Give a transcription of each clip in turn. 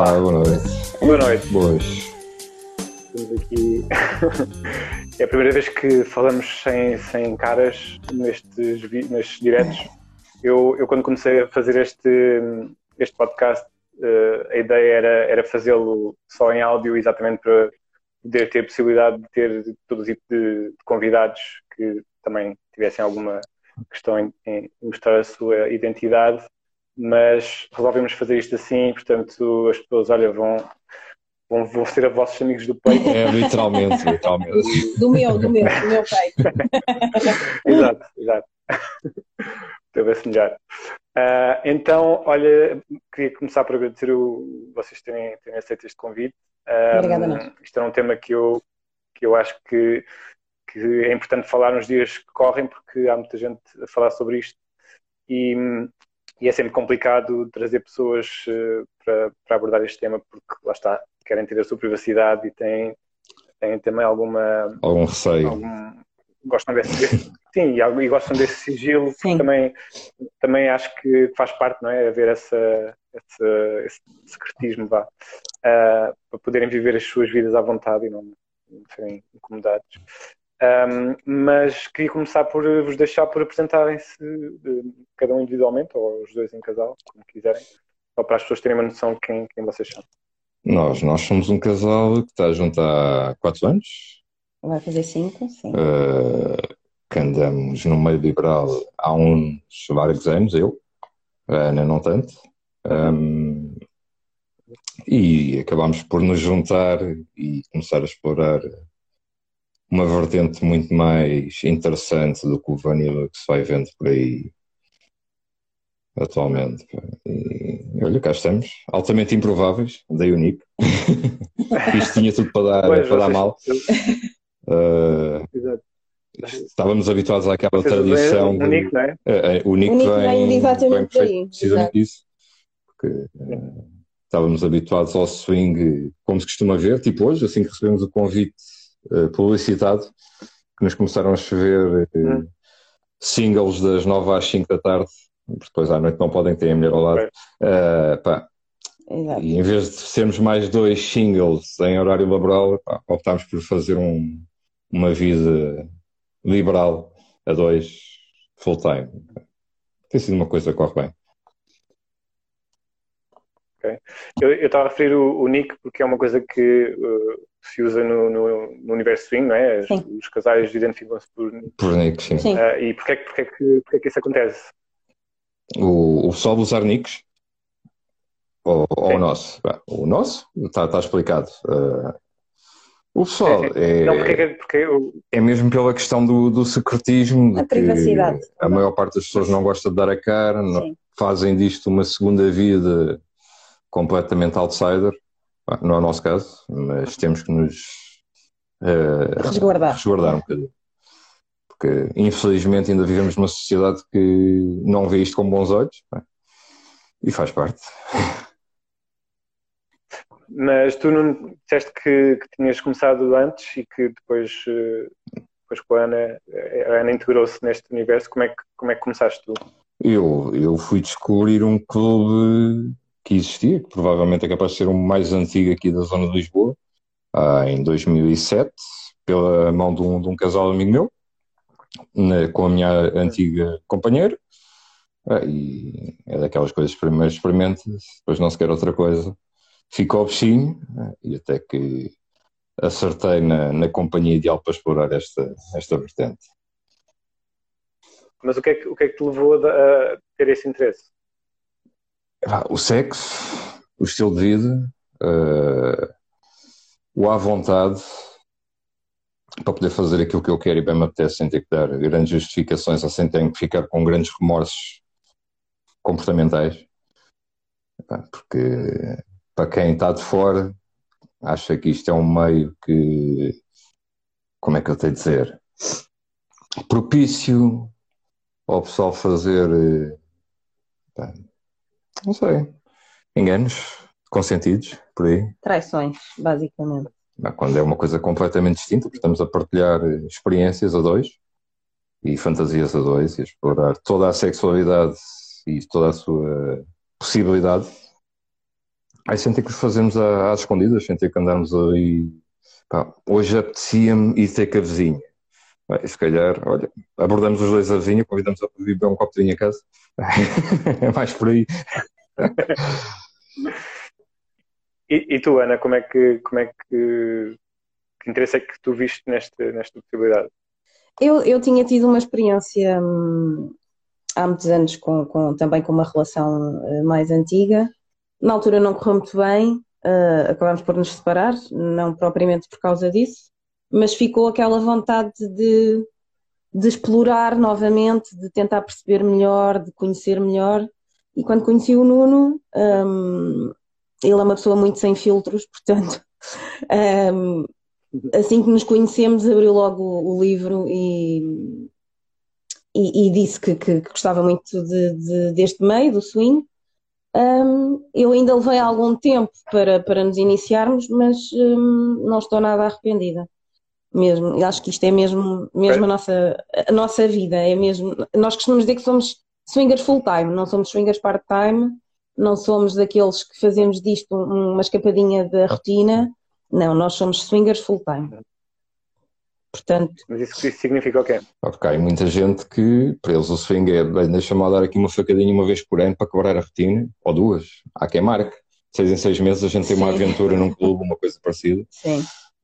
Olá, boa noite. Boa noite. Boas. Estamos aqui. É a primeira vez que falamos sem caras nestes diretos. Eu quando comecei a fazer este podcast, a ideia era fazê-lo só em áudio, exatamente para poder ter a possibilidade de ter todo tipo de convidados que também tivessem alguma questão em mostrar a sua identidade, mas resolvemos fazer isto assim, portanto as pessoas, olha, vão ser a vossos amigos do peito. É, literalmente. Do meu peito. Exato. Deve assemelhar. Então, olha, queria começar por agradecer vocês terem aceito este convite. Obrigada a nós. Isto é um tema que eu acho que é importante falar nos dias que correm, porque há muita gente a falar sobre isto e é sempre complicado trazer pessoas para abordar este tema, porque lá está, querem ter a sua privacidade e têm também Algum receio. Gostam desse sim, e gostam desse sigilo, Sim. que também acho que faz parte, não é? Haver esse secretismo, para poderem viver as suas vidas à vontade e não serem incomodados. Mas queria começar por vos deixar por apresentarem-se cada um individualmente, ou os dois em casal, como quiserem, só para as pessoas terem uma noção de quem vocês são. Nós somos um casal que está junto há 4 anos, Vai fazer 5, sim. que andamos no meio liberal há uns vários anos, eu, a Ana não tanto, e acabámos por nos juntar e começar a explorar uma vertente muito mais interessante do que o vanilla que se vai vendo por aí atualmente. E olha, cá estamos, altamente improváveis, da Unique. Isto tinha tudo para dar mal. Exato. Estávamos habituados àquela Vocês tradição. o Nick, não é? O Nick vem exatamente por aí. precisamente disso. Porque estávamos habituados ao swing, como se costuma ver, tipo hoje, assim que recebemos o convite publicitado, que nos começaram a chover singles das 9 às 5 da tarde, porque depois à noite não podem ter a mulher ao lado. Exato. E em vez de sermos mais 2 singles em horário laboral, optámos por fazer uma vida liberal a 2 full time. Tem sido uma coisa que corre bem. Okay. Eu estava a referir o Nick porque é uma coisa que se usa no universo swing, não é? Os casais identificam-se por Nick, sim. E porquê é que isso acontece? O pessoal usar Nicks? Ou o nosso? O nosso está explicado. O pessoal é mesmo pela questão do secretismo, A privacidade. A maior parte das pessoas não gosta de dar a cara, fazem disto uma segunda vida completamente outsider. Não é o nosso caso, mas temos que nos resguardar um bocadinho. Porque infelizmente ainda vivemos numa sociedade que não vê isto com bons olhos, e faz parte. Mas tu não disseste que tinhas começado antes e que depois com a Ana integrou-se neste universo. Como é que começaste tu? Eu fui descobrir um clube que existia, que provavelmente é capaz de ser o mais antigo aqui da zona de Lisboa, em 2007, pela mão de um casal amigo meu, com a minha antiga companheira. E é daquelas coisas, primeiro experimenta, depois não se quer outra coisa. Ficou ao bichinho, e até que acertei na companhia ideal para explorar esta vertente. Mas o que é que te levou a ter esse interesse? O sexo, o estilo de vida, o à vontade para poder fazer aquilo que eu quero e bem me apetece sem ter que dar grandes justificações ou sem ter que ficar com grandes remorsos comportamentais. Porque para quem está de fora acha que isto é um meio que, como é que eu tenho de dizer, propício ao pessoal fazer, não sei, enganos consentidos, por aí. Traições, basicamente. Quando é uma coisa completamente distinta, porque estamos a partilhar experiências a 2 e fantasias a 2 e a explorar toda a sexualidade e toda a sua possibilidade. Aí senti que os fazemos às escondidas, senti que andarmos ali. Pá, hoje apetecia-me ir ter com a vizinha. Bem, se calhar, olha, abordamos os dois a vizinha, convidamos a beber um copo de vinho a casa. É mais por aí. E tu, Ana, que interesse é que tu viste nesta possibilidade? Eu tinha tido uma experiência há muitos anos também com uma relação mais antiga. Na altura não correu muito bem, acabámos por nos separar, não propriamente por causa disso, mas ficou aquela vontade de explorar novamente, de tentar perceber melhor, de conhecer melhor. E quando conheci o Nuno, ele é uma pessoa muito sem filtros, portanto, assim que nos conhecemos, abriu logo o livro e disse que gostava muito deste meio, do swing. Eu ainda levei algum tempo para nos iniciarmos, mas não estou nada arrependida. Mesmo, eu acho que isto é mesmo a nossa vida, é mesmo. Nós costumamos dizer que somos swingers full-time, não somos swingers part-time, não somos daqueles que fazemos disto uma escapadinha da rotina, não, nós somos swingers full-time. Portanto, Mas isso significa o quê? Porque há muita gente que, para eles, o swing é bem, deixa-me lá dar aqui uma facadinha uma vez por ano para quebrar a rotina, ou duas. Há quem marque. 6 em 6 meses a gente tem uma aventura num clube, uma coisa parecida. Sim.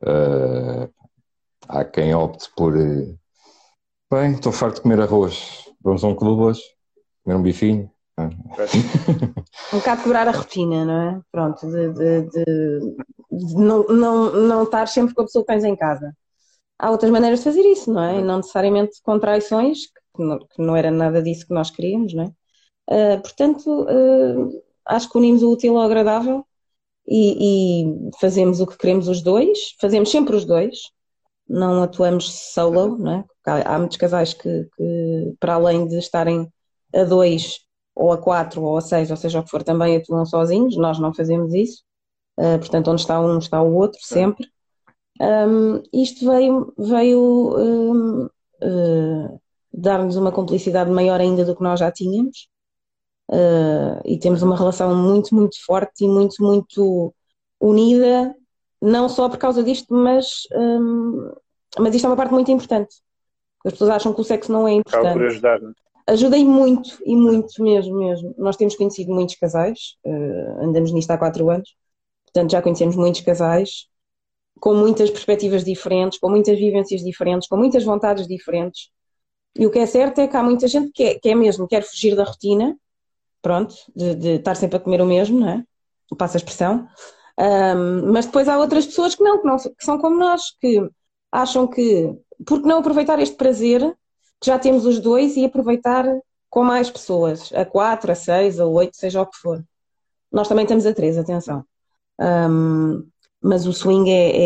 Há quem opte por bem, estou farto de comer arroz, vamos a um clube hoje, comer um bifinho. Um bocado quebrar a rotina, não é? Pronto, de não estar sempre com a pessoa que tens em casa. Há outras maneiras de fazer isso, não é? E não necessariamente com traições, que não era nada disso que nós queríamos, não é? Portanto, acho que unimos o útil ao agradável e fazemos o que queremos os dois, fazemos sempre os dois, não atuamos solo, não é? Há muitos casais que para além de estarem a 2 ou a 4 ou a 6, ou seja o que for, também atuam sozinhos, nós não fazemos isso, portanto onde está um está o outro, sempre. Isto veio dar-nos uma cumplicidade maior ainda do que nós já tínhamos, e temos uma relação muito, muito forte e muito, muito unida, não só por causa disto, mas isto é uma parte muito importante. As pessoas acham que o sexo não é importante. Acaba por ajudar, não é? Ajudei muito, e muito mesmo. Nós temos conhecido muitos casais, andamos nisto há 4 anos, portanto já conhecemos muitos casais, com muitas perspectivas diferentes, com muitas vivências diferentes, com muitas vontades diferentes. E o que é certo é que há muita gente que quer fugir da rotina, pronto, de estar sempre a comer o mesmo, não é? Passa a expressão. Mas depois há outras pessoas que são como nós, que acham que, por que não aproveitar este prazer, que já temos os dois, e aproveitar com mais pessoas, a 4, a 6, a 8, seja o que for. Nós também temos a 3, atenção. Mas o swing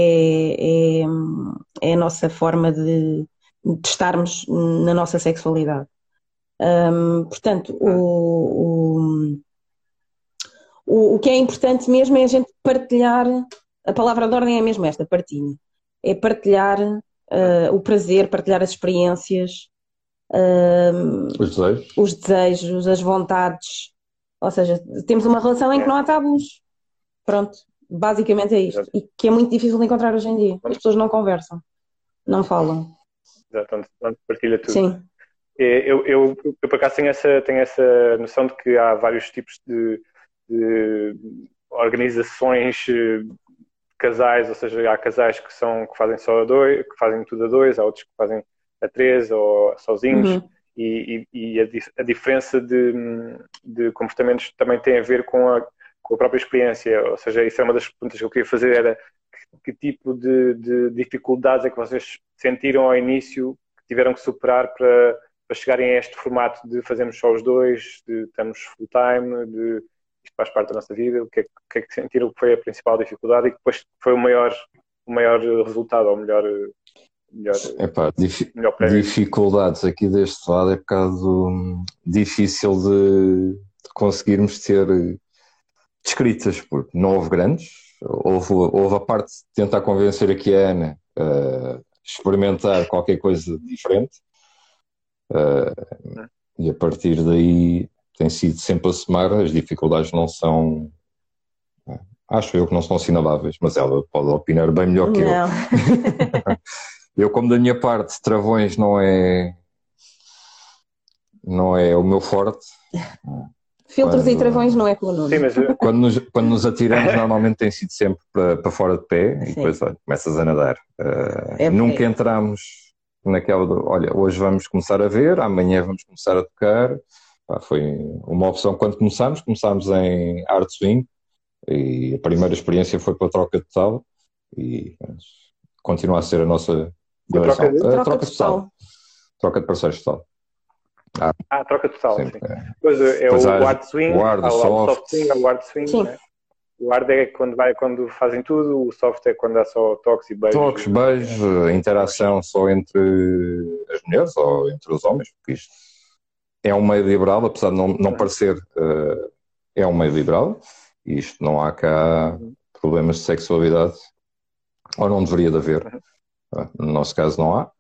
é a nossa forma de estarmos na nossa sexualidade. Portanto, o que é importante mesmo é a gente partilhar, a palavra de ordem é mesmo esta, partilhe. É partilhar o prazer, partilhar as experiências, os desejos, as vontades. Ou seja, temos uma relação em que não há tabus. Pronto. Basicamente é isto. Exato. E que é muito difícil de encontrar hoje em dia. As pessoas não conversam, não falam. Exato, onde partilha tudo. Sim. Eu por acaso tenho essa noção de que há vários tipos de organizações de casais, ou seja, há casais que fazem só a 2, que fazem tudo a 2, há outros que fazem a 3 ou sozinhos. E a diferença de comportamentos também tem a ver com a própria experiência, ou seja, isso é uma das perguntas que eu queria fazer, era que tipo de dificuldades é que vocês sentiram ao início que tiveram que superar para chegarem a este formato de fazermos só os dois, de estamos full time, de isto faz parte da nossa vida, o que é que sentiram que foi a principal dificuldade e que depois foi o maior resultado, ou melhor prémio? Dificuldades aqui deste lado é um bocado difícil de conseguirmos ter descritas, porque não houve grandes. Houve a parte de tentar convencer aqui a Ana a experimentar qualquer coisa diferente, e a partir daí tem sido sempre a somar. As dificuldades não são acho eu que não são assinaláveis, mas ela pode opinar bem melhor que eu. Não. Eu, como da minha parte, travões não é o meu forte. Filtros e travões não é com o Nuno. Sim, mas Quando nos atiramos, normalmente tem sido sempre para fora de pé e Sim. depois olha, começas a nadar. Nunca entramos naquela olha, hoje vamos começar a ver, amanhã vamos começar a tocar. Pá, foi uma opção. Quando começámos em Art Swing e a primeira experiência foi para a troca total e continua a ser a nossa direção. Troca total. Troca de parceiros total. Troca total, Sempre. sim. Depois é o hard swing, o hard, o soft swing, o hard swing, Sim. né? O hard é quando fazem tudo, o soft é quando há só toques e beijos. Toques, beijos, interação só entre as mulheres ou entre os homens, porque isto é um meio liberal, apesar de não parecer, é um meio liberal, e isto não há cá problemas de sexualidade, ou não deveria de haver. No nosso caso não há.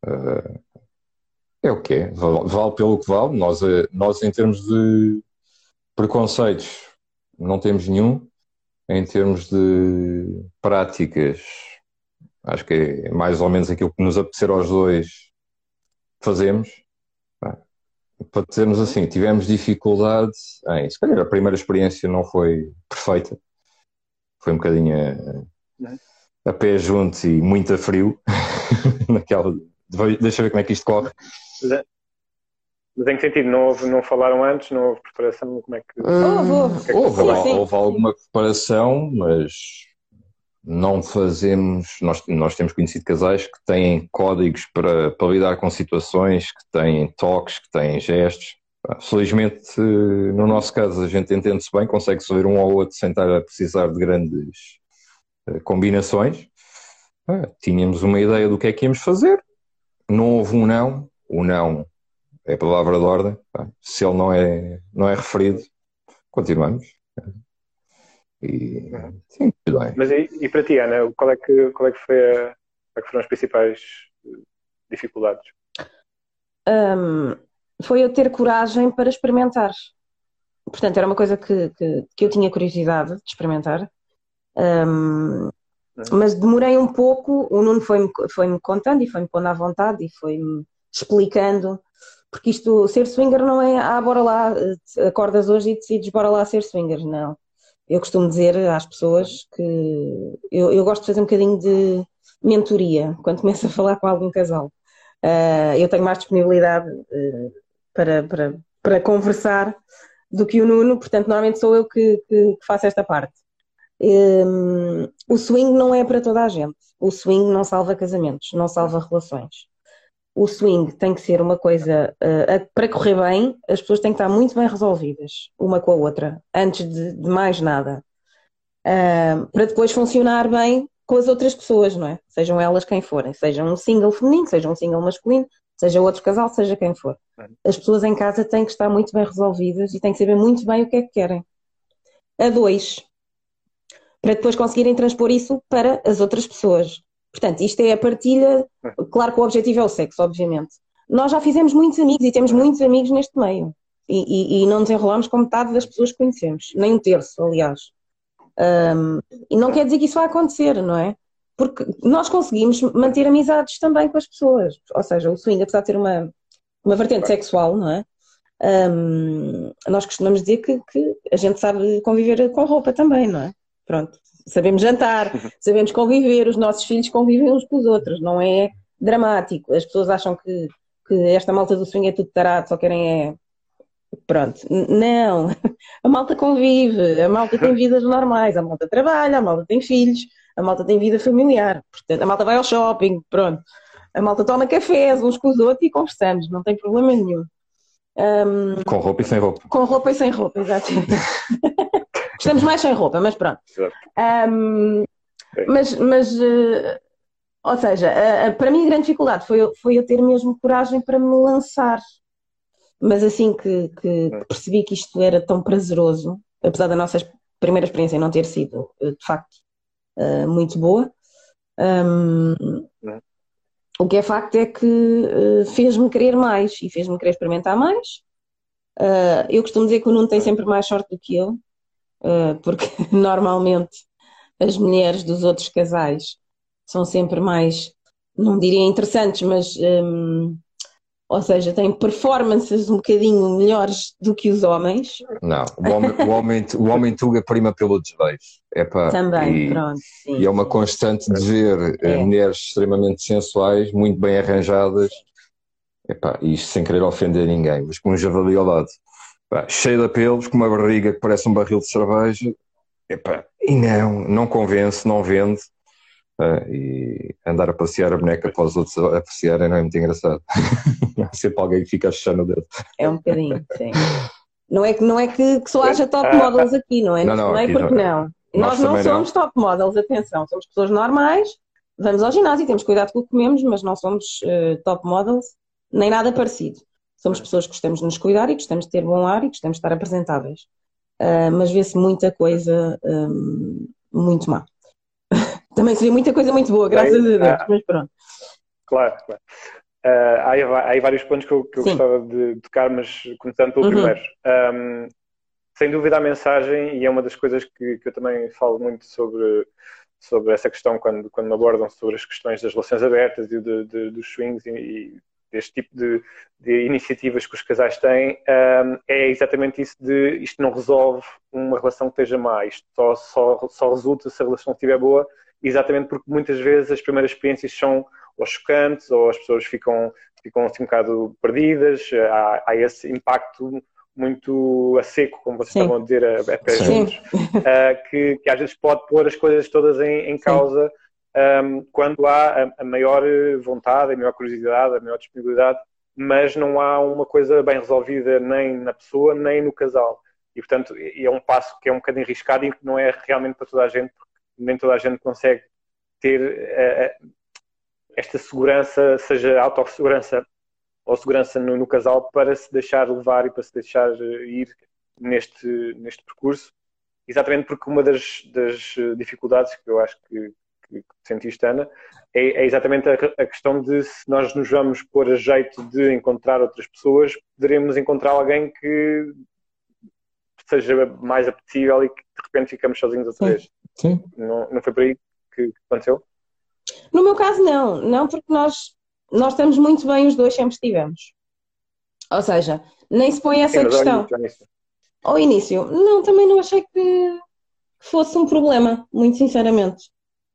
É o que é, vale pelo que vale. Nós em termos de preconceitos não temos nenhum. Em termos de práticas, acho que é mais ou menos aquilo que nos apetecer aos dois fazemos. Para dizermos assim, tivemos dificuldade em, se calhar a primeira experiência não foi perfeita, foi um bocadinho a pé junto e muito a frio naquela, deixa eu ver como é que isto corre. Mas em que sentido? Não falaram antes? Não houve preparação? Como é que... Houve alguma preparação, mas não fazemos... Nós temos conhecido casais que têm códigos para lidar com situações, que têm toques, que têm gestos. Felizmente, no nosso caso, a gente entende-se bem, consegue-se ver um ao outro sem estar a precisar de grandes combinações. Tínhamos uma ideia do que é que íamos fazer. Não houve um não. O não é a palavra de ordem. Se ele não é referido, continuamos. E sim, tudo bem. Mas e para ti, Ana, qual é que foram as principais dificuldades? Foi eu ter coragem para experimentar. Portanto, era uma coisa que eu tinha curiosidade de experimentar. Mas demorei um pouco. O Nuno foi-me contando e foi-me pondo à vontade e foi-me explicando. Porque isto, ser swinger não é, bora lá, acordas hoje e decides, bora lá ser swinger, não. Eu costumo dizer às pessoas que eu gosto de fazer um bocadinho de mentoria quando começo a falar com algum casal. Eu tenho mais disponibilidade para conversar do que o Nuno, portanto, normalmente sou eu que faço esta parte. O swing não é para toda a gente. O swing não salva casamentos, não salva relações. O swing tem que ser uma coisa, para correr bem, as pessoas têm que estar muito bem resolvidas, uma com a outra, antes de mais nada. Para depois funcionar bem com as outras pessoas, não é? Sejam elas quem forem, seja um single feminino, seja um single masculino, seja outro casal, seja quem for. As pessoas em casa têm que estar muito bem resolvidas e têm que saber muito bem o que é que querem. A dois, para depois conseguirem transpor isso para as outras pessoas. Portanto, isto é a partilha, claro que o objetivo é o sexo, obviamente. Nós já fizemos muitos amigos e temos muitos amigos neste meio. E não nos enrolamos com metade das pessoas que conhecemos, nem um terço, aliás. E não quer dizer que isso vai acontecer, não é? Porque nós conseguimos manter amizades também com as pessoas. Ou seja, o swing, apesar de ter uma vertente sexual, não é? Nós costumamos dizer que a gente sabe conviver com roupa também, não é? Pronto. Sabemos jantar, sabemos conviver, os nossos filhos convivem uns com os outros, não é dramático. As pessoas acham que esta malta do swing é tudo tarado, só querem Pronto, não, a malta convive, a malta tem vidas normais, a malta trabalha, a malta tem filhos, a malta tem vida familiar, portanto, a malta vai ao shopping, pronto, a malta toma cafés uns com os outros e conversamos, não tem problema nenhum. Com roupa e sem roupa. Com roupa e sem roupa, exatamente. Gostamos mais sem roupa, mas pronto. Ou seja, para mim a grande dificuldade foi eu ter mesmo coragem para me lançar. Mas assim que percebi que isto era tão prazeroso, apesar da nossa primeira experiência não ter sido, de facto, muito boa, o que é facto é que fez-me querer mais e fez-me querer experimentar mais. Eu costumo dizer que o Nuno tem sempre mais sorte do que eu. porque normalmente as mulheres dos outros casais são sempre mais, não diria interessantes, mas, ou seja, têm performances um bocadinho melhores do que os homens. Não, o homem tuga prima pelo desejo. Também, pronto, E sim, é uma sim. constante de ver É, mulheres extremamente sensuais, muito bem arranjadas, e isto sem querer ofender ninguém, mas com um javali ao lado, cheio de pelos, com uma barriga que parece um barril de cerveja, e não convence, não vende. E andar a passear a boneca para os outros apreciarem não é muito engraçado. Há sempre alguém que fica a chuchar no dedo. é um bocadinho, sim. Não é que só haja top Ah, models aqui, não é? Não, não, Não é aqui porque não. Nós nós não também somos não. top models, atenção, somos pessoas normais, vamos ao ginásio, temos cuidado com o que comemos, mas não somos top models, nem nada parecido. Somos pessoas que gostamos de nos cuidar e gostamos de ter bom ar e gostamos de estar apresentáveis. Mas vê-se muita coisa muito má. Também se vê muita coisa muito boa, graças a Deus, mas pronto. claro, claro. Há aí vários pontos que eu Sim. gostava de tocar, mas começando pelo primeiro. Sem dúvida a mensagem, e é uma das coisas que eu também falo muito sobre essa questão quando me abordam sobre as questões das relações abertas e dos swings e deste tipo de iniciativas que os casais têm, é exatamente isso de isto não resolve uma relação que esteja má, isto só resulta se a relação estiver boa, exatamente porque muitas vezes as primeiras experiências são ou chocantes, ou as pessoas ficam assim um bocado perdidas, há esse impacto muito a seco, como vocês Sim. estavam a dizer, a pé Sim. juntos, que às vezes pode pôr as coisas todas em causa, quando há a maior vontade, a maior curiosidade, a maior disponibilidade, mas não há uma coisa bem resolvida nem na pessoa, nem no casal. E, portanto, é um passo que é um bocadinho arriscado e que não é realmente para toda a gente, porque nem toda a gente consegue ter esta segurança, seja autossegurança ou segurança no casal, para se deixar levar e para se deixar ir neste percurso, exatamente porque uma das dificuldades que eu acho que sentiste, Ana, é exatamente a questão de se nós nos vamos pôr a jeito de encontrar outras pessoas, poderemos encontrar alguém que seja mais apetecível e que de repente ficamos sozinhos outra vez. Sim. Não foi por aí que aconteceu? No meu caso, não, porque nós estamos muito bem, os dois sempre estivemos. Ou seja, nem se põe essa Sim, mas questão. Ao início, não, também não achei que fosse um problema, muito sinceramente.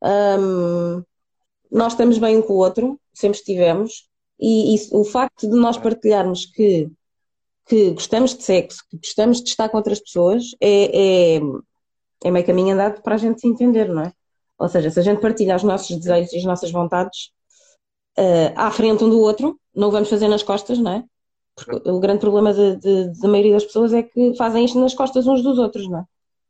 Nós estamos bem um com o outro, sempre estivemos, e o facto de nós partilharmos que gostamos de sexo, que gostamos de estar com outras pessoas, é meio caminho andado para a gente se entender, não é? Ou seja, se a gente partilha os nossos desejos e as nossas vontades à frente um do outro, não o vamos fazer nas costas, não é? Porque o grande problema da maioria das pessoas é que fazem isto nas costas uns dos outros, não é?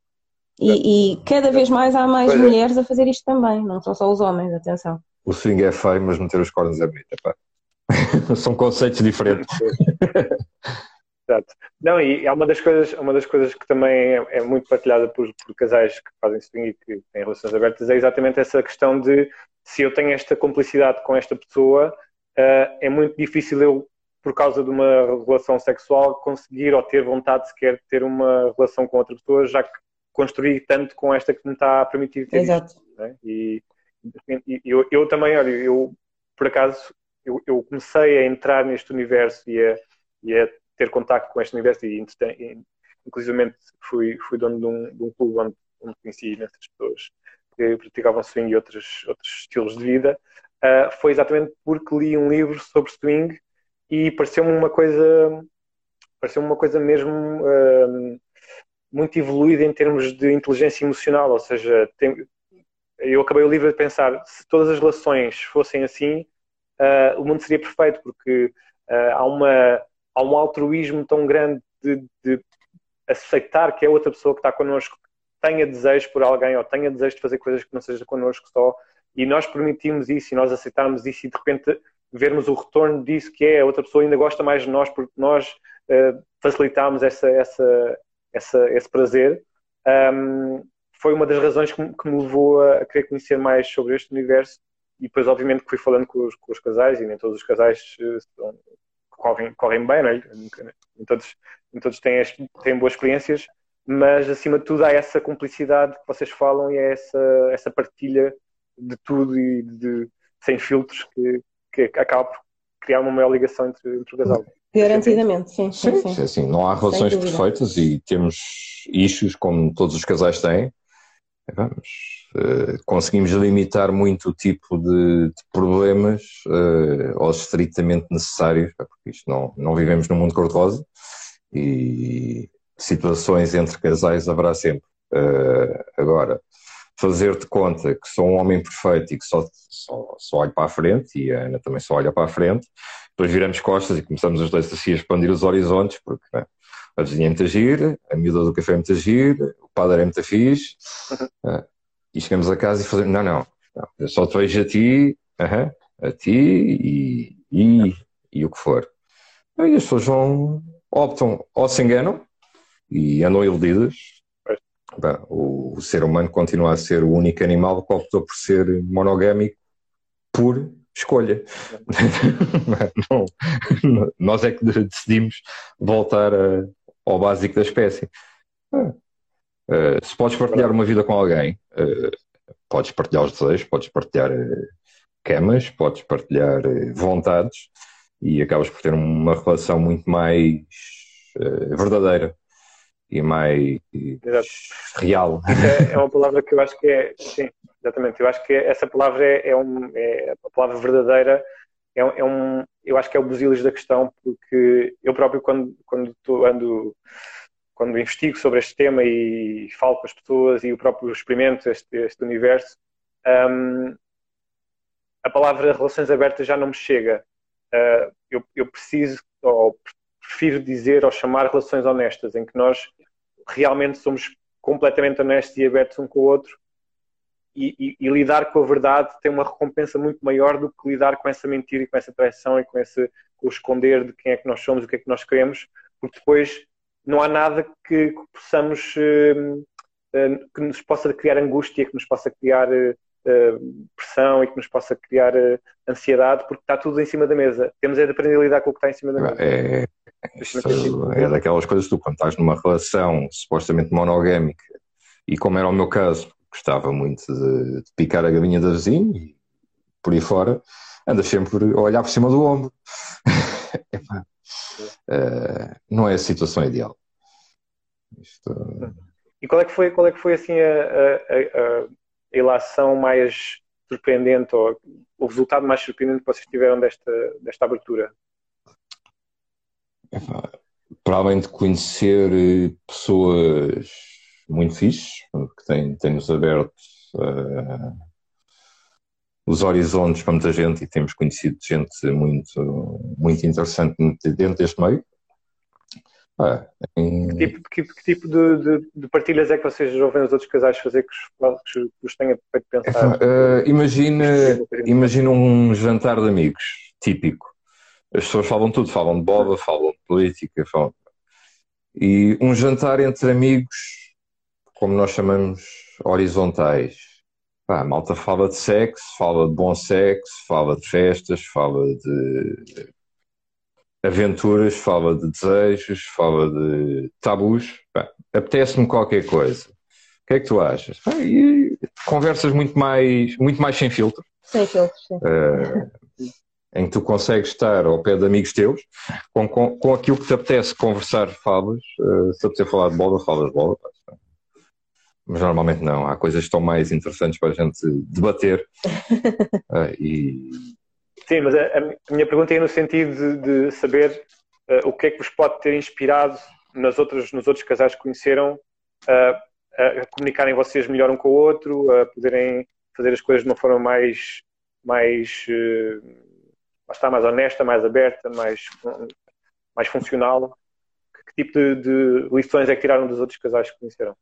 E cada vez mais há mais mulheres a fazer isto também, não são só os homens, atenção. O swing é feio, mas meter os cornos é bonito, São conceitos diferentes. Exato. Não, e é uma das coisas que também é muito partilhada por casais que fazem swing e que têm relações abertas, é exatamente essa questão de se eu tenho esta complicidade com esta pessoa, é muito difícil eu, por causa de uma relação sexual, conseguir ou ter vontade sequer de ter uma relação com outra pessoa, já que construí tanto com esta que me está a permitir ter Exato. isto. Né? E eu também, olha, eu por acaso, eu comecei a entrar neste universo e a ter contacto com este universo e inclusive fui dono de um clube onde conheci imensas pessoas que praticavam swing e outros estilos de vida. Foi exatamente porque li um livro sobre swing e pareceu-me uma coisa mesmo muito evoluída em termos de inteligência emocional, ou seja, eu acabei o livro a pensar, se todas as relações fossem assim, o mundo seria perfeito, porque há um altruísmo tão grande de aceitar que a outra pessoa que está connosco tenha desejo por alguém ou tenha desejo de fazer coisas que não seja connosco só, e nós permitimos isso e nós aceitarmos isso e de repente vermos o retorno disso, que é a outra pessoa ainda gosta mais de nós porque nós facilitámos esse prazer. Foi uma das razões que me levou a querer conhecer mais sobre este universo e depois obviamente que fui falando com os casais e nem todos os casais correm bem, não é? Nem todos têm boas experiências, mas acima de tudo há essa cumplicidade que vocês falam e é essa partilha de tudo e sem filtros que acaba por criar uma maior ligação entre o casal. Garantidamente, sim. Assim, não há relações perfeitas e temos issues como todos os casais têm. Conseguimos limitar muito o tipo de problemas aos estritamente necessários, porque isto não vivemos num mundo cor-de-rosa e situações entre casais haverá sempre. Agora, fazer-te conta que sou um homem perfeito e que só olho para a frente, e a Ana também só olha para a frente, depois viramos costas e começamos os dois assim a expandir os horizontes, porque a vizinha é muito gira, a miúda do café é muito gira, o padre é muito fixe, e chegamos a casa e fazemos, não, eu só te vejo a ti e o que for. E as pessoas optam ou se enganam e andam iludidas. O ser humano continua a ser o único animal que optou por ser monogâmico por escolha. Nós é que decidimos voltar ao básico da espécie. Se podes partilhar uma vida com alguém, podes partilhar os desejos, podes partilhar camas, podes partilhar vontades e acabas por ter uma relação muito mais verdadeira e mais real. Isso é uma palavra que eu acho que é, sim, exatamente, eu acho que essa palavra é a palavra verdadeira, eu acho que é o busilis da questão, porque eu próprio quando investigo sobre este tema e falo com as pessoas e o próprio experimento este universo, a palavra relações abertas já não me chega. Eu preciso, ou prefiro dizer ou chamar relações honestas, em que nós realmente somos completamente honestos e abertos um com o outro e lidar com a verdade tem uma recompensa muito maior do que lidar com essa mentira e com essa traição e com o esconder de quem é que nós somos, o que é que nós queremos, porque depois não há nada que possamos que nos possa criar angústia, que nos possa criar pressão e que nos possa criar ansiedade, porque está tudo em cima da mesa. Temos de aprender a lidar com o que está em cima da mesa. É daquelas coisas que tu, quando estás numa relação supostamente monogâmica, e como era o meu caso, gostava muito de picar a galinha da vizinha e por aí fora, andas sempre a olhar por cima do ombro. Não é a situação ideal. E qual é que foi assim a ilação mais surpreendente ou o resultado mais surpreendente que vocês tiveram desta abertura? Para além de conhecer pessoas muito fixes, que têm-nos aberto os horizontes para muita gente e temos conhecido gente muito, muito interessante dentro deste meio. Que tipo de partilhas é que vocês ouvem os outros casais fazer que os tenha feito pensar? Imagina um jantar de amigos, típico. As pessoas falam tudo, falam de bola, falam de política, e um jantar entre amigos, como nós chamamos, horizontais. A malta fala de sexo, fala de bom sexo, fala de festas, fala de aventuras, fala de desejos, fala de tabus. Apetece-me qualquer coisa. O que é que tu achas? E conversas muito mais sem filtro. Sem filtro, sim. Em que tu consegues estar ao pé de amigos teus, com aquilo que te apetece conversar, falas. Se apetecer falar de bola, falas de bola. Mas normalmente não. Há coisas que estão mais interessantes para a gente debater. Sim, mas a minha pergunta é no sentido de saber o que é que vos pode ter inspirado nos outros casais que conheceram a comunicarem vocês melhor um com o outro, a poderem fazer as coisas de uma forma mais honesta, mais aberta, mais funcional. Que tipo de lições é que tiraram dos outros casais que conheceram?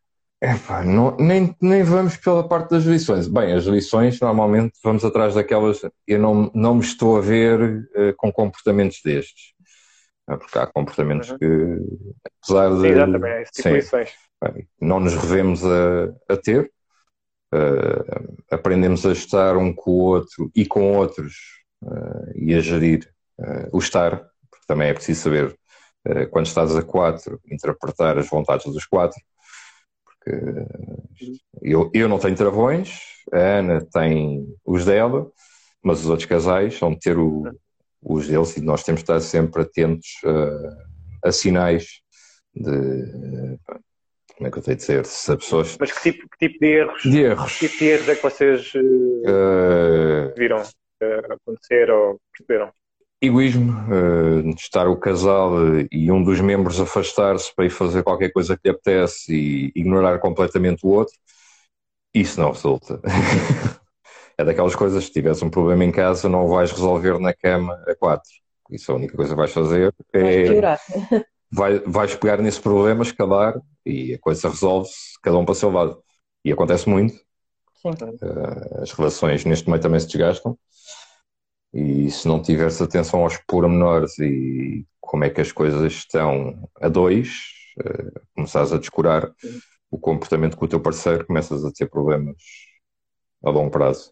Nem vamos pela parte das lições. Bem, as lições normalmente vamos atrás daquelas. Eu não me estou a ver com comportamentos destes, porque há comportamentos que, apesar de. Sim, exatamente, esse tipo de lições. Não nos revemos a ter, aprendemos a estar um com o outro e com outros e a gerir o estar, porque também é preciso saber quando estás a quatro, interpretar as vontades dos quatro, porque eu não tenho travões, a Ana tem os dela, mas os outros casais vão ter os deles, e nós temos de estar sempre atentos a sinais de, como é que eu tenho de dizer, se a pessoa... Mas que tipo de erros? De erros. Que tipo de erros é que vocês viram acontecer ou perceberam? Egoísmo, de estar o casal e um dos membros afastar-se para ir fazer qualquer coisa que lhe apetece e ignorar completamente o outro, isso não resulta. É daquelas coisas, se tiveres um problema em casa, não o vais resolver na cama a quatro. Isso a única coisa que vais fazer Vais piorar. vais pegar nesse problema, escalar, e a coisa resolve-se, cada um para o seu lado. E acontece muito. Sim. As relações neste momento também se desgastam. E se não tiveres atenção aos pormenores e como é que as coisas estão a dois, começares a descurar o comportamento com o teu parceiro, começas a ter problemas a longo prazo.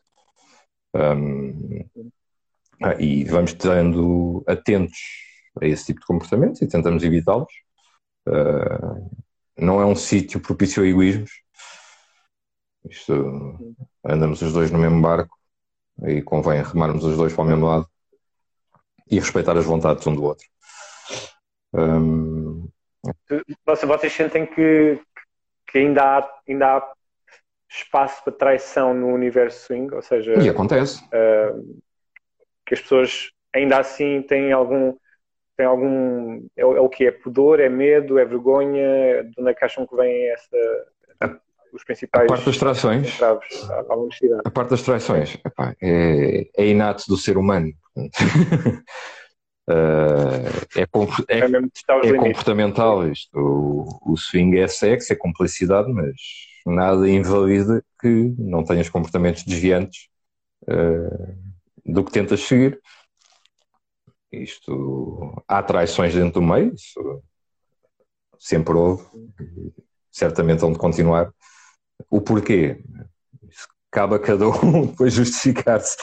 E vamos estando atentos a esse tipo de comportamentos e tentamos evitá-los. Não é um sítio propício a egoísmos. Andamos os dois no mesmo barco, aí convém remarmos os dois para o mesmo lado e respeitar as vontades um do outro. Vocês sentem que ainda há espaço para traição no universo swing? Ou seja, e acontece. Que as pessoas ainda assim têm algum é o que é pudor, é medo, é vergonha, de onde é que acham que vem os principais a parte das traições, entraves à honestidade? A parte das traições, é inato do ser humano. É comportamental isto. O swing é sexo, é cumplicidade, mas nada invalida que não tenhas comportamentos desviantes do que tentas seguir. Há traições dentro do meio, isso sempre houve, certamente hão de continuar. O porquê? Isso cabe a cada um depois justificar-se.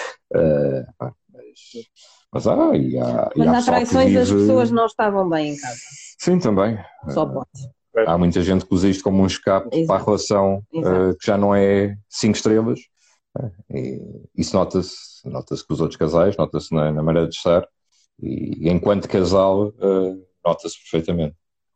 Mas há traições das pessoas não estavam bem em casa. Sim, também. Só pode. Há muita gente que usa isto como um escape para a relação que já não é 5 estrelas. E isso nota-se com os outros casais, nota-se na maneira de estar. E enquanto casal, nota-se perfeitamente.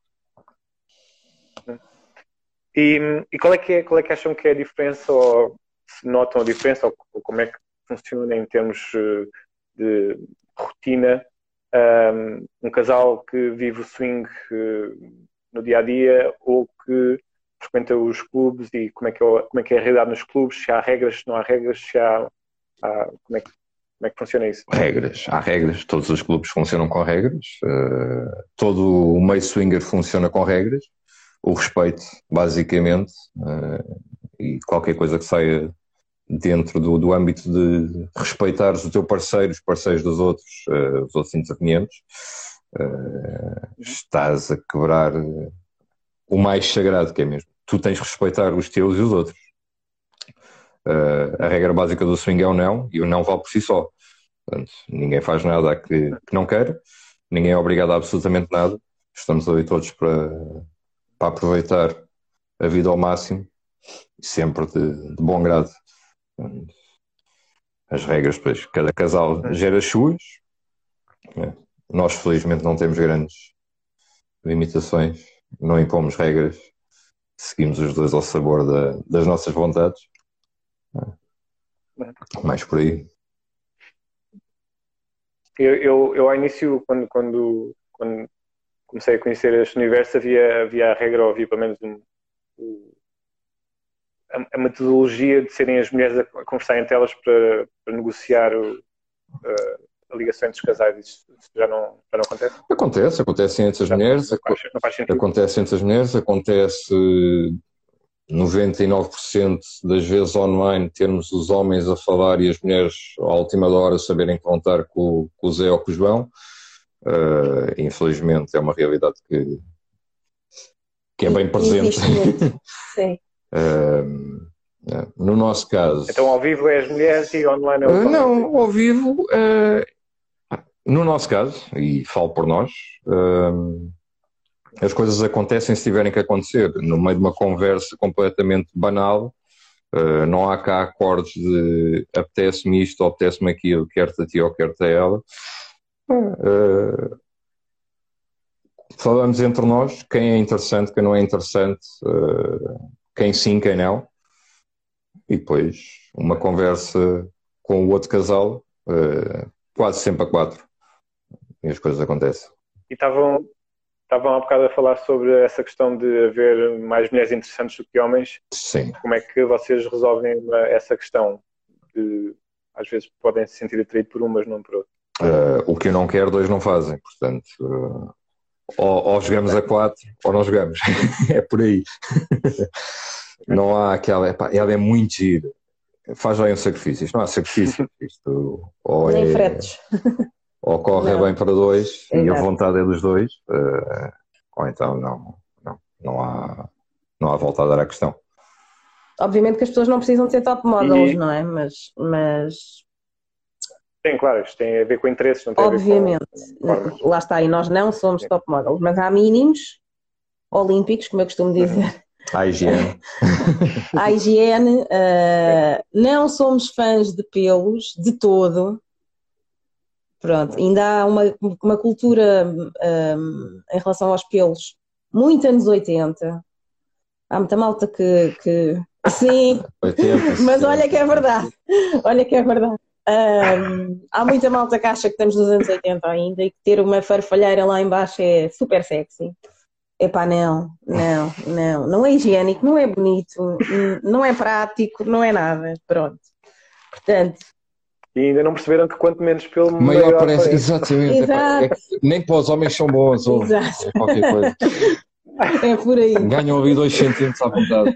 E qual é que acham que é a diferença, ou se notam a diferença, ou como é que funciona em termos de rotina, um casal que vive o swing no dia-a-dia ou que frequenta os clubes, e como é que é a realidade nos clubes, se há regras, se não há regras, se há como é que funciona isso? Há regras, todos os clubes funcionam com regras, todo o meio swinger funciona com regras, o respeito, basicamente, e qualquer coisa que saia dentro do âmbito de respeitares o teu parceiro, os parceiros dos outros, os outros intervenientes, estás a quebrar o mais sagrado, que é mesmo. Tu tens de respeitar os teus e os outros. A regra básica do swing é o não, e o não vale por si só. Portanto, ninguém faz nada que não quer, ninguém é obrigado a absolutamente nada. Estamos ali todos para aproveitar a vida ao máximo, sempre de bom grado. As regras, depois, cada casal gera as suas. Nós, felizmente, não temos grandes limitações, não impomos regras, seguimos os dois ao sabor das nossas vontades. Mais por aí. Eu ao início, quando comecei a conhecer este universo, havia a regra, ou havia pelo menos a metodologia de serem as mulheres a conversar entre elas para negociar a ligação entre os casais. Isso já não acontece? Acontece entre as mulheres. Não faz sentido. Acontece entre as mulheres, acontece 99% das vezes online, termos os homens a falar e as mulheres à última hora saberem que vão estar com o Zé ou com o João. Infelizmente é uma realidade que é bem presente. Sim. No nosso caso... Então ao vivo é as mulheres e online é os homens? Não, ao vivo... no nosso caso, e falo por nós, as coisas acontecem se tiverem que acontecer. No meio de uma conversa completamente banal, não há cá acordos de apetece-me isto ou apetece-me aquilo, quer-te a ti ou quer-te a ela. Falamos entre nós, quem é interessante, quem não é interessante, quem sim, quem não. E depois uma conversa com o outro casal, quase sempre a quatro. E as coisas acontecem. E estavam há bocado a falar sobre essa questão de haver mais mulheres interessantes do que homens. Sim. Como é que vocês resolvem essa questão? De, às vezes podem se sentir atraídos por um, mas não por outro. O que eu não quero, dois não fazem. Portanto, ou jogamos a quatro ou não jogamos. É por aí. Não há aquela... Epá, ela é muito gira. Faz já aí um sacrifício. Isto não há sacrifício. Isto ou Nem fretes. Ou corre bem para dois. Exato. E a vontade é dos dois. Ou então não há volta a dar à questão. Obviamente que as pessoas não precisam de ser top models, não é? Mas Sim, claro, isto tem a ver com interesses, não tem obviamente, a ver com... lá está, e nós não somos top models, mas há mínimos olímpicos, como eu costumo dizer. A higiene. A higiene, não somos fãs de pelos, de todo. Pronto, ainda há uma cultura em relação aos pelos, muito anos 80. Há muita malta que sim, 80, mas olha que é verdade. Olha que é verdade. Há muita malta que acha que estamos nos anos 80 ainda e que ter uma farfalheira lá embaixo é super sexy. Epá, não é higiênico, não é bonito, não é prático, não é nada. Pronto. Portanto. E ainda não perceberam que quanto menos pelo maior parece. Exatamente. Exato. É que nem para os homens são bons, ou Exato. qualquer coisa. É por aí. Ganham ali 2 centímetros à vontade.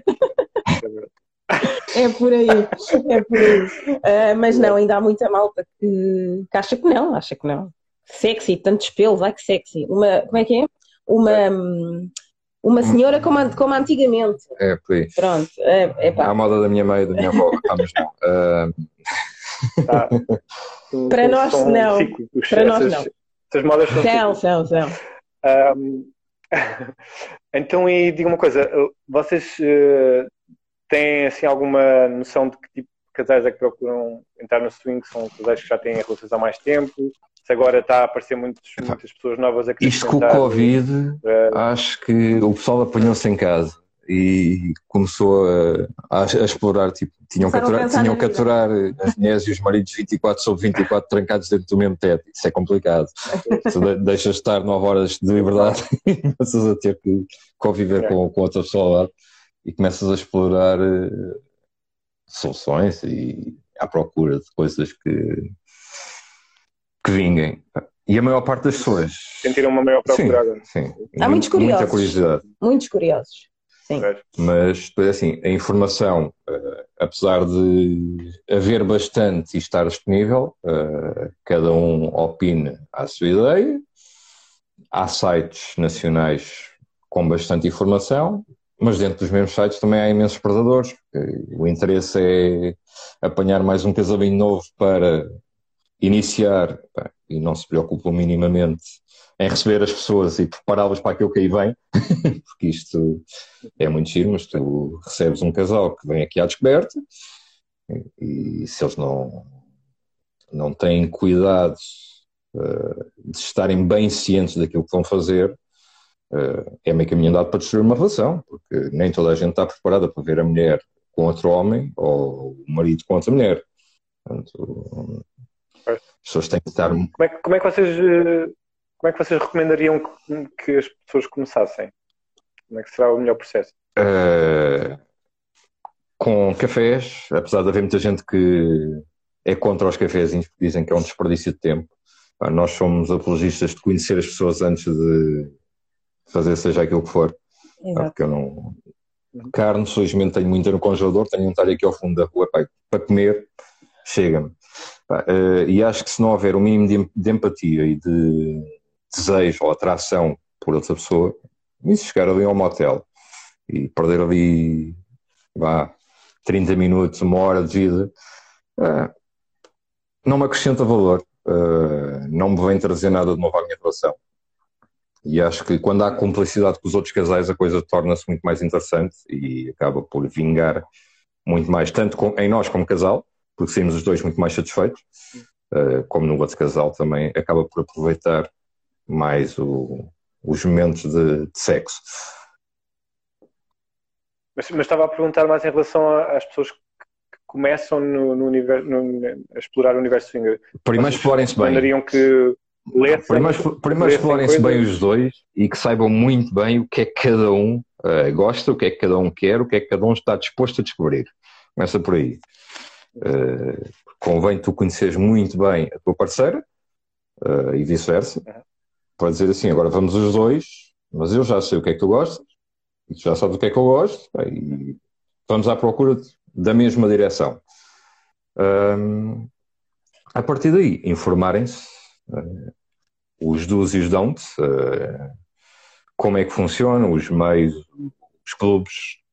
É por aí. Mas não, ainda há muita malta que acha que não. Sexy, tantos pelos, ai que sexy. Como é que é? Uma senhora como antigamente. É por aí. Pronto. À moda da minha mãe e da minha avó. Mas não. Tá. Para nós não. Para nós não. Essas modas são São. Então, e diga uma coisa, vocês têm assim alguma noção de que tipo de casais é que procuram entrar no swing? São casais que já têm relações há mais tempo? Se agora está a aparecer muitas pessoas novas a querer isto com o Covid, acho que o pessoal apanhou-se em casa e começou a explorar, tipo, tinham que aturar as mulheres e os maridos 24/24 trancados dentro do mesmo teto. Isso é complicado. Tu deixas de estar 9 horas de liberdade e começas a ter que conviver com outra pessoa ao lado e começas a explorar soluções e à procura de coisas que vinguem. E a maior parte das pessoas sentiram uma maior procura agora. Sim. Há muitos curiosos. Muita curiosidade. Muitos curiosos. Sim. Mas, assim, a informação, apesar de haver bastante e estar disponível, cada um opina à sua ideia. Há sites nacionais com bastante informação, mas dentro dos mesmos sites também há imensos predadores. O interesse é apanhar mais um casalinho novo para iniciar, e não se preocupam minimamente em receber as pessoas e prepará-las para aquilo que aí vem, porque isto é muito giro, mas tu recebes um casal que vem aqui à descoberta e se eles não têm cuidado de estarem bem cientes daquilo que vão fazer, é meio caminho andado para destruir uma relação, porque nem toda a gente está preparada para ver a mulher com outro homem ou o marido com outra mulher. Portanto, as pessoas têm que estar... Como é que vocês recomendariam que as pessoas começassem? Como é que será o melhor processo? Com cafés, apesar de haver muita gente que é contra os cafezinhos, porque dizem que é um desperdício de tempo. Nós somos apologistas de conhecer as pessoas antes de fazer seja aquilo que for. Porque eu não... Carne, felizmente tenho muita no congelador, tenho um talho aqui ao fundo da rua para comer, chega-me. E acho que se não houver um mínimo de empatia e de desejo ou atração por outra pessoa, e se chegar ali a um motel e perder ali 30 minutos, 1 hora de vida, não me acrescenta valor, não me vem trazer nada de novo à minha relação. E acho que quando há cumplicidade com os outros casais, a coisa torna-se muito mais interessante e acaba por vingar muito mais, tanto em nós como casal, porque saímos os dois muito mais satisfeitos, como no outro casal também acaba por aproveitar mais os momentos de sexo. Mas estava a perguntar mais em relação às pessoas que começam no universo, a explorar o universo swinger. Primeiro explorem-se bem. Mandariam que Primeiro explorem-se bem os dois e que saibam muito bem o que é que cada um gosta, o que é que cada um quer, o que é que cada um está disposto a descobrir. Começa por aí. Convém tu conheceres muito bem a tua parceira e vice-versa, para dizer assim, agora vamos os dois, mas eu já sei o que é que tu gostas, e tu já sabes o que é que eu gosto, e vamos à procura da mesma direção. A partir daí, informarem-se os do's e os don'ts, como é que funcionam, os meios, os clubes,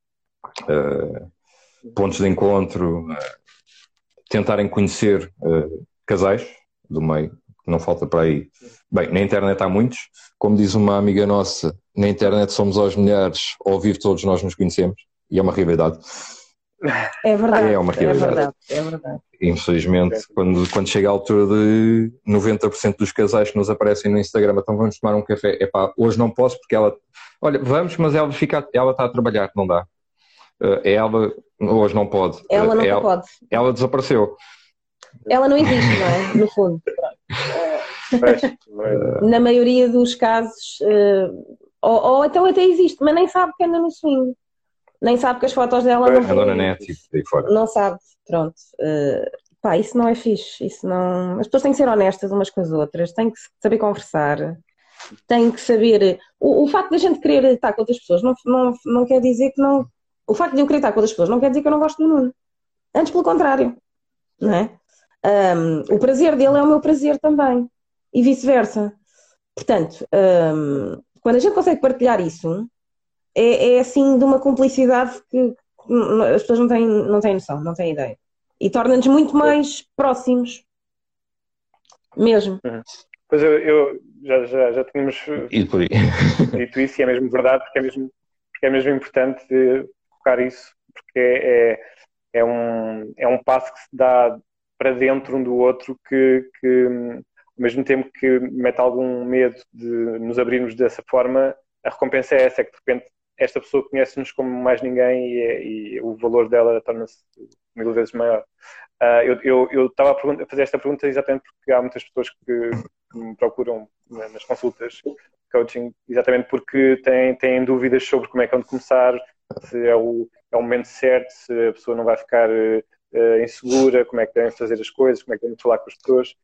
pontos de encontro, tentarem conhecer casais do meio, que não falta para aí. Bem, na internet há muitos, como diz uma amiga nossa, na internet somos aos milhares, ao vivo todos nós nos conhecemos, e é uma realidade. É verdade, é uma realidade. É verdade. Infelizmente, quando chega a altura de 90% dos casais que nos aparecem no Instagram, então vamos tomar um café, hoje não posso porque ela, olha, vamos, mas ela está a trabalhar, não dá. Ela hoje não pode. Ela não pode. Ela desapareceu. Ela não existe, não é? No fundo. Na maioria dos casos, ou então até existe, mas nem sabe que anda no swing. Nem sabe que as fotos dela não andam na net e fora. Não sabe, pronto. Isso não é fixe. Isso não... As pessoas têm que ser honestas umas com as outras, têm que saber conversar, têm que saber. O facto de a gente querer estar com outras pessoas não quer dizer que não. O facto de eu querer estar com outras pessoas não quer dizer que eu não gosto do Nuno. Antes, pelo contrário. Não é? O prazer dele é o meu prazer também. E vice-versa. Portanto, quando a gente consegue partilhar isso, é assim de uma cumplicidade que as pessoas não têm noção, não têm ideia. E torna-nos muito mais próximos. Mesmo. Pois eu já tínhamos dito isso, e é mesmo verdade, porque é mesmo importante focar isso, porque é um passo que se dá para dentro um do outro que ao mesmo tempo que mete algum medo de nos abrirmos dessa forma, a recompensa é essa, é que de repente esta pessoa conhece-nos como mais ninguém e o valor dela torna-se 1000 vezes maior. Eu estava a fazer esta pergunta exatamente porque há muitas pessoas que me procuram nas consultas coaching, exatamente porque têm dúvidas sobre como é que vão começar, se é o momento certo, se a pessoa não vai ficar insegura, como é que devem fazer as coisas, como é que devem falar com as pessoas.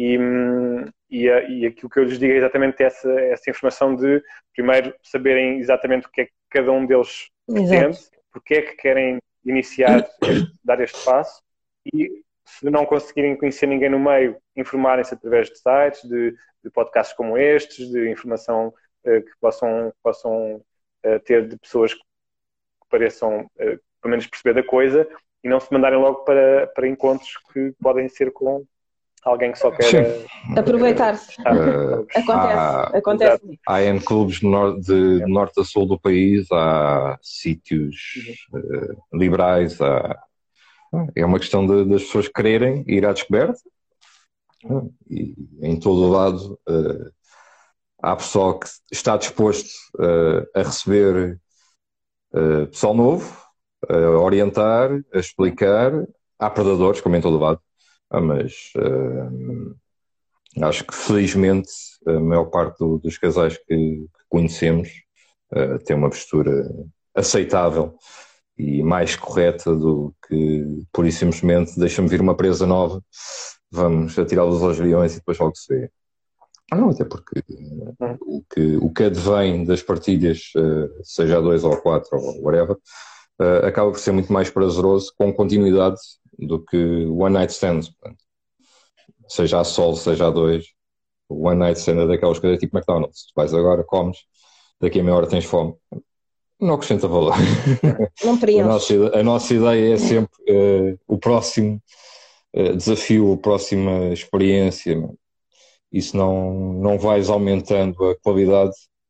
E aquilo que eu lhes digo é exatamente essa informação de primeiro saberem exatamente o que é que cada um deles pretende, porque é que querem iniciar, dar este passo, e se não conseguirem conhecer ninguém no meio, informarem-se através de sites, de podcasts como estes, de informação que possam ter de pessoas que pareçam pelo menos perceber da coisa, e não se mandarem logo para encontros que podem ser com alguém que só quer aproveitar-se. Acontece. Há N clubes de norte a sul do país, há sítios liberais, é uma questão das pessoas quererem ir à descoberta, e em todo o lado há pessoal que está disposto a receber pessoal novo, a orientar, a explicar. Há predadores, como em todo o lado. Mas acho que felizmente a maior parte dos casais que conhecemos tem uma postura aceitável e mais correta do que pura e simplesmente deixa-me vir uma presa nova, vamos atirá-los aos leões e depois logo se vê. Não, até porque o que advém das partilhas, seja a 2 ou a 4 ou whatever, acaba por ser muito mais prazeroso com continuidade do que one night stands. Seja a solo, seja a 2, o one night stand é daquelas coisas tipo McDonald's. Tu vais agora, comes, daqui a meia hora tens fome. Não acrescenta valor. Não a nossa ideia é sempre o próximo desafio, a próxima experiência. Isso não vais aumentando a qualidade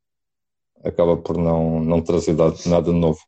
acaba por não trazer nada de novo.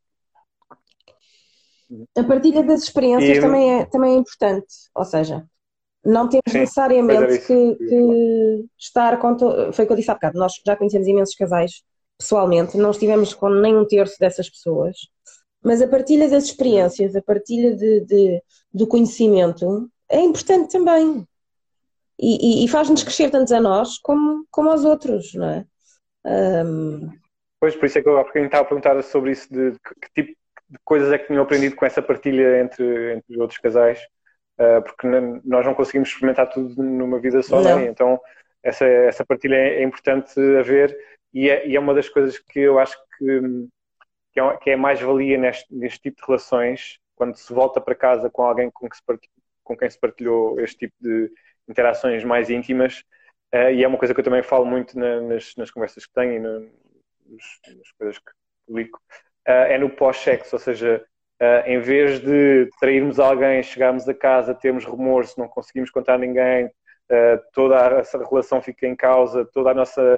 A partilha das experiências também é importante, ou seja, não temos necessariamente que estar com... Foi o que eu disse há bocado, nós já conhecemos imensos casais pessoalmente, não estivemos com nem um terço dessas pessoas, mas a partilha das experiências, a partilha do conhecimento é importante também. E faz-nos crescer tanto a nós como aos outros, não é? Pois, por isso é que eu há bocadinho estava a perguntar sobre isso, de que tipo de coisas é que tinham aprendido com essa partilha entre os outros casais, porque nós não conseguimos experimentar tudo numa vida só, né? Então essa partilha é importante haver e é uma das coisas que eu acho que é mais-valia neste tipo de relações, quando se volta para casa com alguém com quem se partilhou este tipo de interações mais íntimas, e é uma coisa que eu também falo muito nas conversas que tenho e nas coisas que publico, é no pós-sexo, ou seja, em vez de trairmos alguém, chegarmos a casa, termos remorso, não conseguimos contar a ninguém, toda essa relação fica em causa, toda a nossa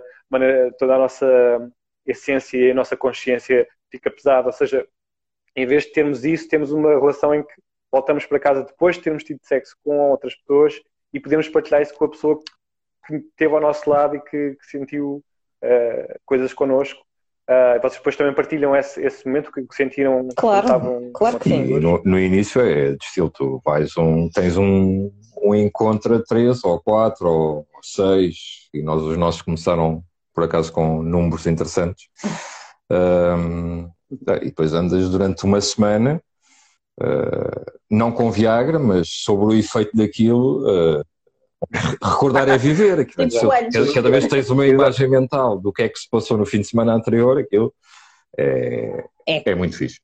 essência e a nossa consciência fica pesada, ou seja, em vez de termos isso, temos uma relação em que voltamos para casa depois de termos tido sexo com outras pessoas e podemos partilhar isso com a pessoa que esteve ao nosso lado e que sentiu coisas connosco. Vocês depois também partilham esse momento que sentiram? Claro que sim. E no início é de estilo, tu tens um encontro a 3 ou 4 ou 6 e os nossos começaram por acaso com números interessantes. E depois andas durante uma semana, não com Viagra, mas sobre o efeito daquilo. Recordar é viver. Aquilo, cada vez que tens uma imagem mental do que é que se passou no fim de semana anterior, aquilo é muito fixe.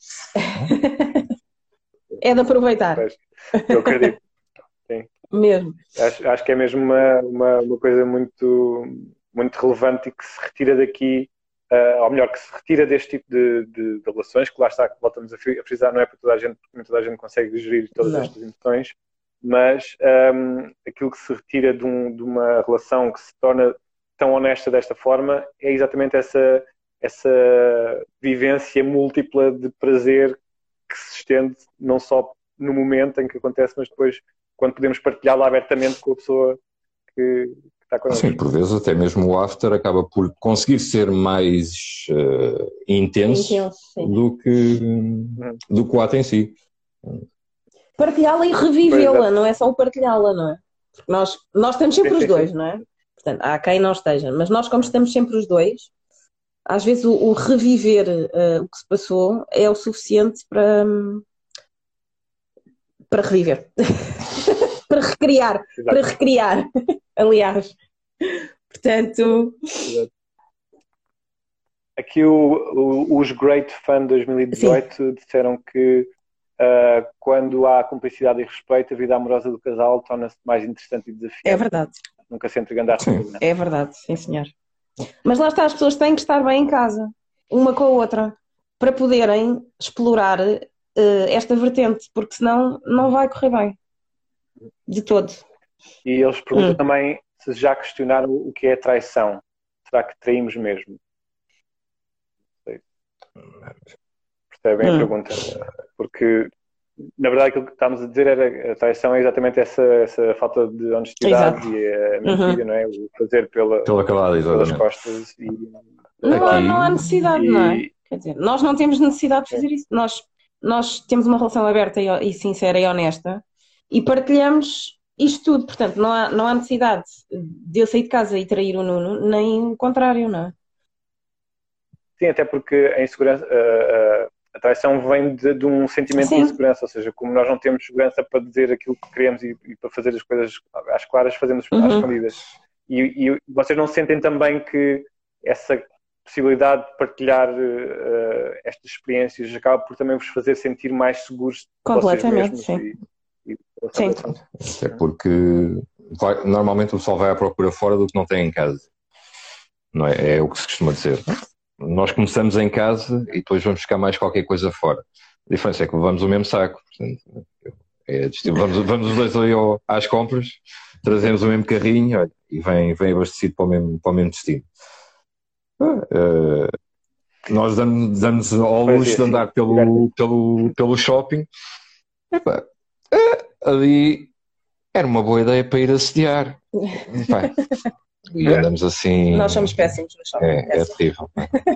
É de aproveitar. Eu acredito. Sim. Mesmo. Acho que é mesmo uma coisa muito, muito relevante e que se retira daqui, ou melhor, que se retira deste tipo de relações, que lá está, que voltamos a frisar, não é para toda a gente, porque nem toda a gente consegue gerir todas estas emoções, mas aquilo que se retira de uma relação que se torna tão honesta desta forma é exatamente essa vivência múltipla de prazer que se estende não só no momento em que acontece, mas depois quando podemos partilhá-la abertamente com a pessoa que está connosco. Sim, por vezes até mesmo o after acaba por conseguir ser mais intenso do que o ato em si. Partilhá-la e revivê-la, não é só o partilhá-la, não é? Porque nós estamos sempre os dois, não é? Portanto, há quem não esteja, mas nós como estamos sempre os dois, às vezes o reviver o que se passou é o suficiente para reviver. para recriar, aliás. Portanto... Aqui os Great Fan 2018 disseram que quando há cumplicidade e respeito, a vida amorosa do casal torna-se mais interessante e desafiante. É verdade. Nunca se entregando à rotina. É verdade, sim senhor. Mas lá está, as pessoas têm que estar bem em casa, uma com a outra, para poderem explorar esta vertente, porque senão não vai correr bem. De todo. E eles perguntam também se já questionaram o que é traição. Será que traímos mesmo? Percebem a pergunta? Porque, na verdade, aquilo que estamos a dizer era a traição é exatamente essa falta de honestidade. Exato. E a mentira, não é? O fazer pelas costas. E... Não há necessidade, não é? Quer dizer, nós não temos necessidade de fazer isso. Nós temos uma relação aberta e sincera e honesta e partilhamos isto tudo. Portanto, não há necessidade de eu sair de casa e trair o Nuno, nem o contrário, não é? Sim, até porque a insegurança, a traição vem de um sentimento de insegurança, ou seja, como nós não temos segurança para dizer aquilo que queremos e para fazer as coisas às claras, fazemos às escondidas. E vocês não sentem também que essa possibilidade de partilhar estas experiências acaba por também vos fazer sentir mais seguros de vocês mesmos? Sim. Sim. É porque normalmente o pessoal vai à procura fora do que não tem em casa. Não é? É o que se costuma dizer. Nós começamos em casa e depois vamos buscar mais qualquer coisa fora. A diferença é que levamos o mesmo saco. Portanto, vamos os dois ali às compras, trazemos o mesmo carrinho, olha, e vem abastecido para o mesmo destino. nós damos ao Pois luxo é, de sim. andar pelo shopping. Epá, ali era uma boa ideia para ir assediar. Epá, e andamos assim. Nós somos péssimos no shopping. É terrível.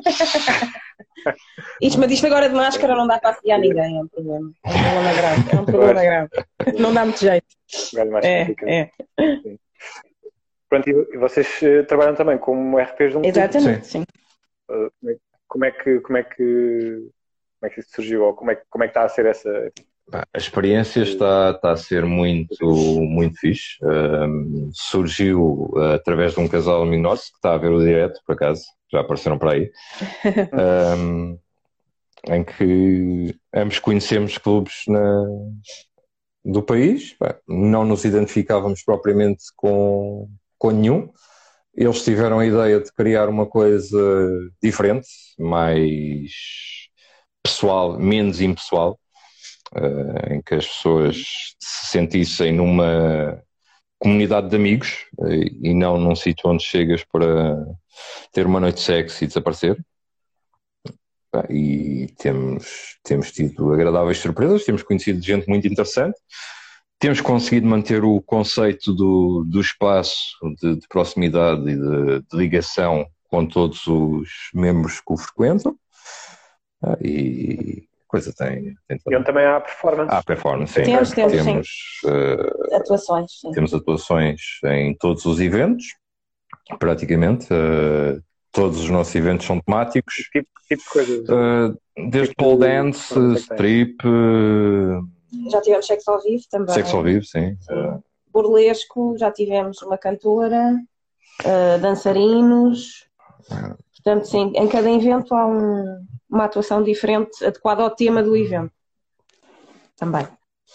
Mas isto agora de máscara não dá para assediar ninguém, é um problema. É um problema grave. É um problema grave. Não dá muito jeito. Agora é mais complicado. É. Sim. Pronto, e vocês trabalham também como RPs de um clube? Exatamente, sim. Como é que isso surgiu? Ou como é que está a ser essa... A experiência está a ser muito fixe. Surgiu através de um casal nosso que está a ver o direto, por acaso, já apareceram para aí, em que ambos conhecemos clubes do país. Não nos identificávamos propriamente com nenhum. Eles tiveram a ideia de criar uma coisa diferente, mais pessoal, menos impessoal, em que as pessoas se sentissem numa comunidade de amigos e não num sítio onde chegas para ter uma noite de sexo e desaparecer. E temos tido agradáveis surpresas, temos conhecido gente muito interessante, temos conseguido manter o conceito do espaço de proximidade e de ligação com todos os membros que o frequentam, e a coisa tem E onde também há performance. Há performance, sim. Temos atuações, sim. Temos atuações em todos os eventos, praticamente. Todos os nossos eventos são temáticos. Que tipo de coisas? Desde tipo pole dance, strip. Já tivemos sexo ao vivo também. Sexo ao vivo, sim. Burlesco, já tivemos uma cantora, dançarinos. Portanto, sim, em cada evento há uma atuação diferente, adequada ao tema do evento. Também.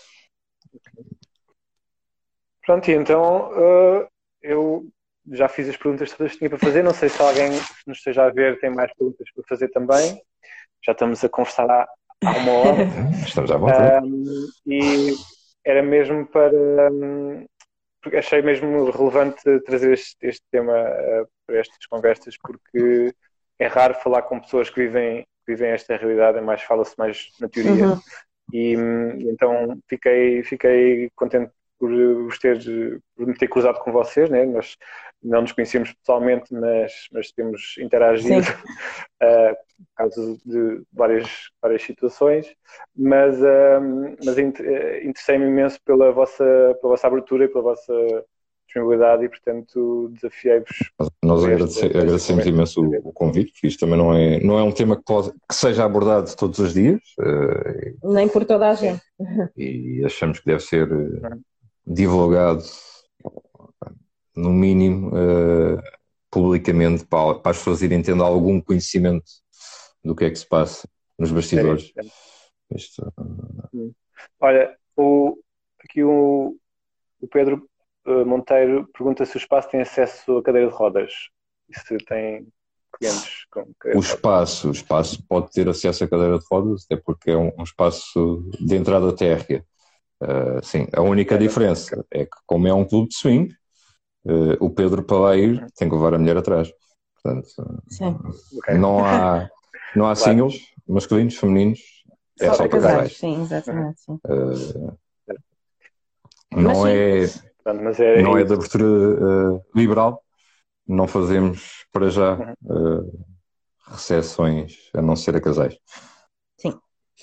Pronto, e então eu já fiz as perguntas todas que tinha para fazer. Não sei se alguém que nos esteja a ver tem mais perguntas para fazer também. Já estamos a conversar há uma hora. Estamos à vontade. E era mesmo porque achei mesmo relevante trazer este tema para estas conversas, porque é raro falar com pessoas que vivem esta realidade, fala-se mais na teoria. Uhum. E então fiquei contente por me ter cruzado com vocês, né? Nós não nos conhecemos pessoalmente, mas temos interagido por causa de várias situações, mas interessei-me imenso pela vossa abertura e pela vossa disponibilidade e, portanto, desafiei-vos. Nós agradecemos imenso o convite, porque isto também não é um tema que seja abordado todos os dias. Nem por toda a gente. E achamos que deve ser divulgado, no mínimo, publicamente, para as pessoas irem tendo algum conhecimento do que é que se passa nos bastidores. Olha, aqui o Pedro Monteiro pergunta se o espaço tem acesso a cadeira de rodas. E se tem clientes com cadeira de rodas. O espaço pode ter acesso a cadeira de rodas, até porque é um espaço de entrada térrea. Sim, a única diferença é que, como é um clube de swing, o Pedro, para lá ir, tem que levar a mulher atrás. Portanto, não há singles, masculinos, femininos, é só para casais. Sim, exatamente. Sim. Não é de abertura liberal, não fazemos para já recepções a não ser a casais. Sim.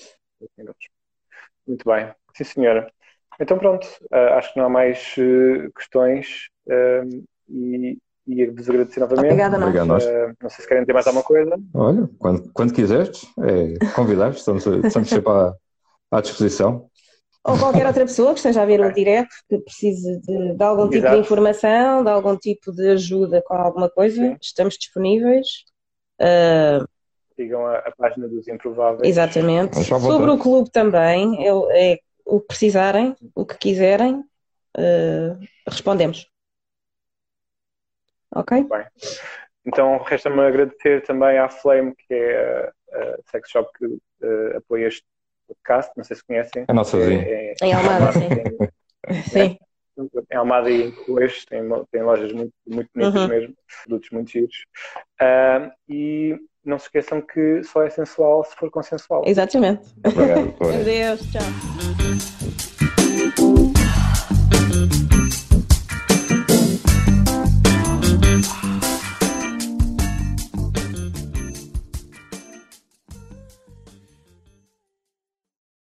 Muito bem, sim senhora. Então pronto, acho que não há mais questões e vos agradecer novamente. Obrigada, não sei se querem ter mais alguma coisa. Olha, quando quiseres, convidar, estamos sempre à disposição. Ou qualquer outra pessoa que esteja a ver o direto, que precise de algum tipo de informação, de algum tipo de ajuda com alguma coisa, estamos disponíveis. Sigam a página dos Improváveis. Exatamente. Sobre o clube também, o que precisarem, o que quiserem, respondemos. Ok? Bem. Então, resta-me agradecer também à Flame, que é a sex shop que apoia este podcast. Não sei se conhecem. A nossa vizinha. Em Almada, sim. Sim. Em Almada e em Coelhos tem lojas muito bonitas mesmo, produtos muito giros. E não se esqueçam que só é sensual se for consensual. Exatamente. Obrigado, Cláudia. Adeus, tchau.